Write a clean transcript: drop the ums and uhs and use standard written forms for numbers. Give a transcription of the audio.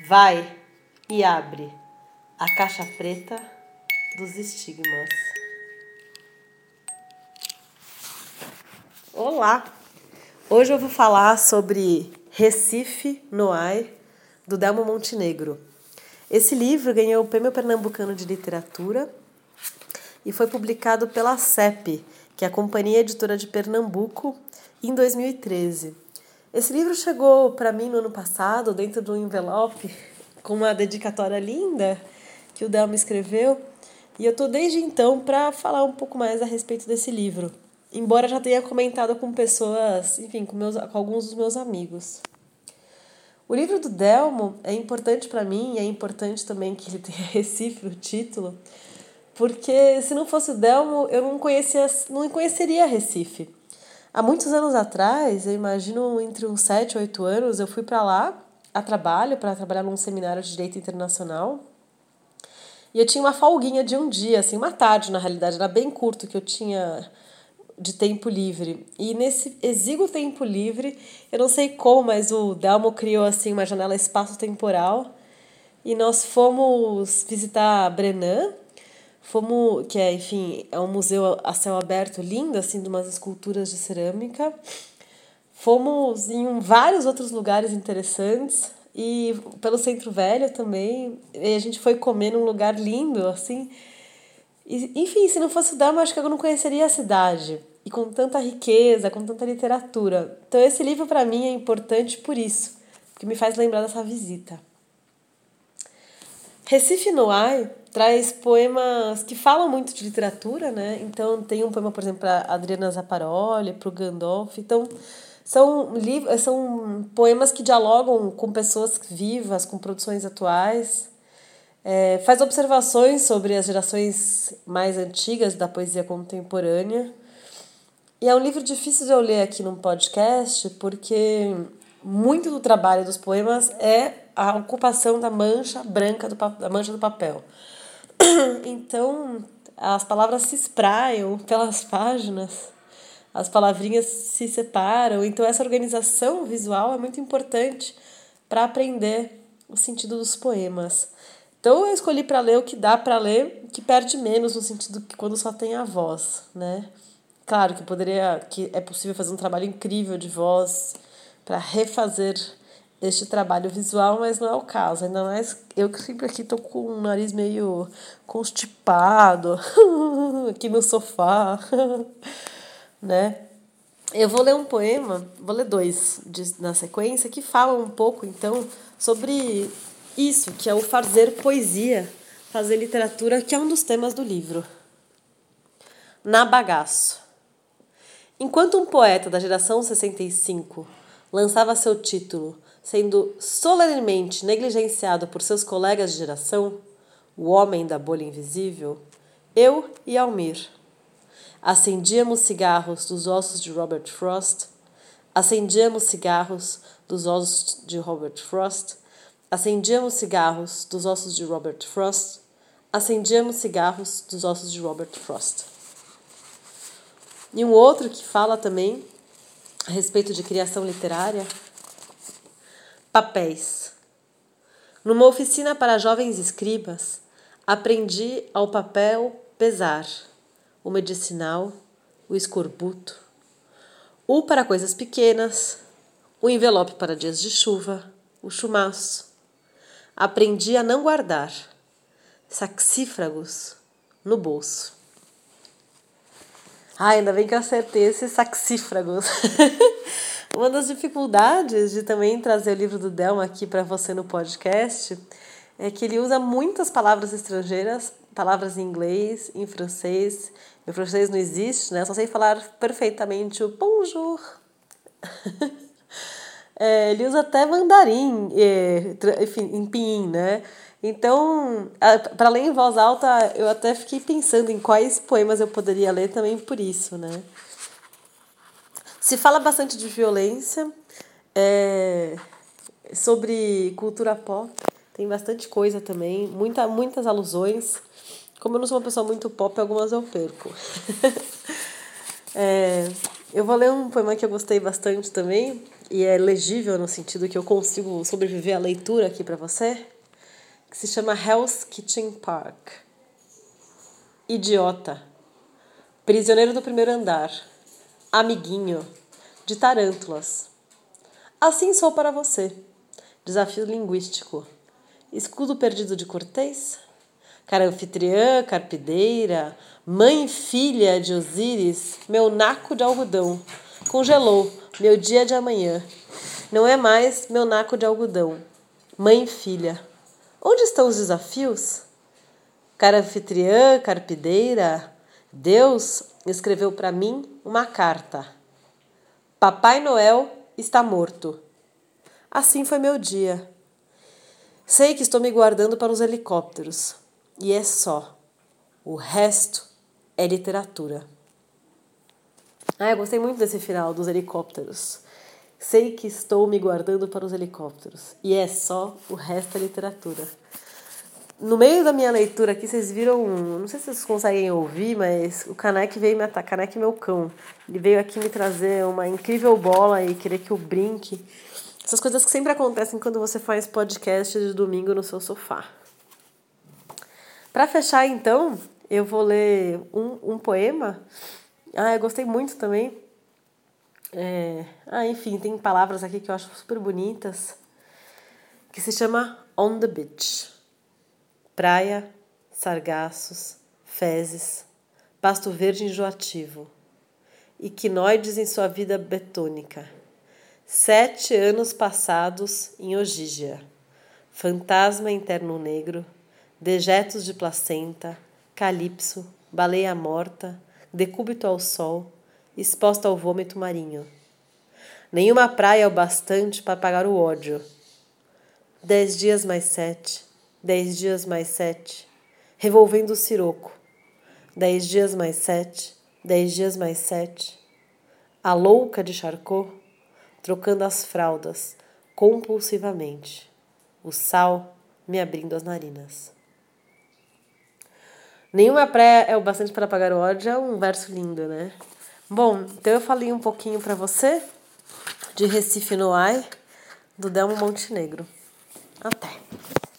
Vai e abre a caixa preta dos estigmas. Olá! Hoje eu vou falar sobre Recife Noir, do Delmo Montenegro. Esse livro ganhou o Prêmio Pernambucano de Literatura e foi publicado pela CEP, que é a Companhia Editora de Pernambuco, em 2013. Esse livro chegou para mim no ano passado, dentro de um envelope, com uma dedicatória linda que o Delmo escreveu, e eu estou desde então para falar um pouco mais a respeito desse livro, embora já tenha comentado com pessoas, enfim, com alguns dos meus amigos. O livro do Delmo é importante para mim, e é importante também que ele tenha Recife no título, porque se não fosse o Delmo, eu não conheceria Recife. Há muitos anos atrás, eu imagino entre uns 7 ou 8 anos, eu fui para lá a trabalho, para trabalhar num seminário de Direito Internacional. E eu tinha uma folguinha de um dia, assim, uma tarde na realidade, era bem curto que eu tinha de tempo livre. E nesse exíguo tempo livre, eu não sei como, mas o Delmo criou assim uma janela espaço-temporal e nós fomos visitar Brenan. Fomos, que é, enfim, é um museu a céu aberto lindo, assim, de umas esculturas de cerâmica. Fomos em vários outros lugares interessantes e pelo Centro Velho também. E a gente foi comer num lugar lindo, assim. E, enfim, se não fosse o Dharma, acho que eu não conheceria a cidade. E com tanta riqueza, com tanta literatura. Então esse livro para mim é importante por isso, porque me faz lembrar dessa visita. Recife Noir traz poemas que falam muito de literatura, né? Então tem um poema, por exemplo, para Adriana Zaparoli, para o Gandolf. Então são poemas que dialogam com pessoas vivas, com produções atuais. Faz observações sobre as gerações mais antigas da poesia contemporânea. E é um livro difícil de eu ler aqui num podcast, porque muito do trabalho dos poemas é a ocupação da mancha branca, da mancha do papel. Então, as palavras se espraiam pelas páginas, as palavrinhas se separam. Então, essa organização visual é muito importante para aprender o sentido dos poemas. Então, eu escolhi para ler o que dá para ler, que perde menos no sentido que quando só tem a voz, né? Claro que é possível fazer um trabalho incrível de voz para refazer este trabalho visual, mas não é o caso. Ainda mais eu que sempre aqui estou com o nariz meio constipado, aqui no sofá, né? Eu vou ler um poema, vou ler dois na sequência, que falam um pouco, então, sobre isso, que é o fazer poesia, fazer literatura, que é um dos temas do livro. Na Bagaço. Enquanto um poeta da geração 65 lançava seu título, sendo solenemente negligenciado por seus colegas de geração, o homem da bolha invisível, eu e Almir acendíamos cigarros dos ossos de Robert Frost, acendíamos cigarros dos ossos de Robert Frost, acendíamos cigarros dos ossos de Robert Frost, acendíamos cigarros dos ossos de Robert Frost. E um outro que fala também a respeito de criação literária. Papéis. Numa oficina para jovens escribas, aprendi ao papel pesar, o medicinal, o escorbuto, o para coisas pequenas, o envelope para dias de chuva, o chumaço. Aprendi a não guardar saxífragos no bolso. Ainda bem que eu acertei esses saxífragos. Uma das dificuldades de também trazer o livro do Delmo aqui para você no podcast é que ele usa muitas palavras estrangeiras, palavras em inglês, em francês. Meu francês não existe, né? Eu só sei falar perfeitamente o bonjour. Ele usa até mandarim, enfim, em pinyin, né? Então, para ler em voz alta, eu até fiquei pensando em quais poemas eu poderia ler também por isso, né? Se fala bastante de violência, sobre cultura pop, tem bastante coisa também, muitas alusões. Como eu não sou uma pessoa muito pop, algumas eu perco. Eu vou ler um poema que eu gostei bastante também, e é legível no sentido que eu consigo sobreviver à leitura aqui para você, que se chama Hell's Kitchen Park. Idiota, prisioneiro do primeiro andar, amiguinho, de tarântulas. Assim sou para você. Desafio linguístico. Escudo perdido de Cortês? Cara anfitriã, carpideira, mãe e filha de Osíris, meu naco de algodão. Congelou, meu dia de amanhã. Não é mais meu naco de algodão. Mãe e filha. Onde estão os desafios? Cara anfitriã, carpideira, Deus escreveu para mim uma carta. Papai Noel está morto. Assim foi meu dia. Sei que estou me guardando para os helicópteros. E é só. O resto é literatura. Eu gostei muito desse final dos helicópteros. Sei que estou me guardando para os helicópteros. E é só. O resto é literatura. No meio da minha leitura aqui, vocês viram, não sei se vocês conseguem ouvir, mas o Kanek veio me atacar, Kanek meu cão. Ele veio aqui me trazer uma incrível bola e querer que eu brinque. Essas coisas que sempre acontecem quando você faz podcast de domingo no seu sofá. Para fechar, então, eu vou ler um poema. Eu gostei muito também. Enfim, tem palavras aqui que eu acho super bonitas, que se chama On the Beach. Praia, sargaços, fezes, pasto verde enjoativo, equinoides em sua vida betônica. 7 anos passados em Ogígia, fantasma interno negro, dejetos de placenta, calipso, baleia morta, decúbito ao sol, exposta ao vômito marinho. Nenhuma praia é o bastante para apagar o ódio. 10 dias mais 7, 10 dias mais 7, revolvendo o siroco. 10 dias mais 7, 10 dias mais 7. A louca de Charcot, trocando as fraldas, compulsivamente. O sal me abrindo as narinas. Nenhuma praia é o bastante para apagar o ódio, é um verso lindo, né? Bom, então eu falei um pouquinho para você de Recife no Ai, do Delmo Montenegro. Até!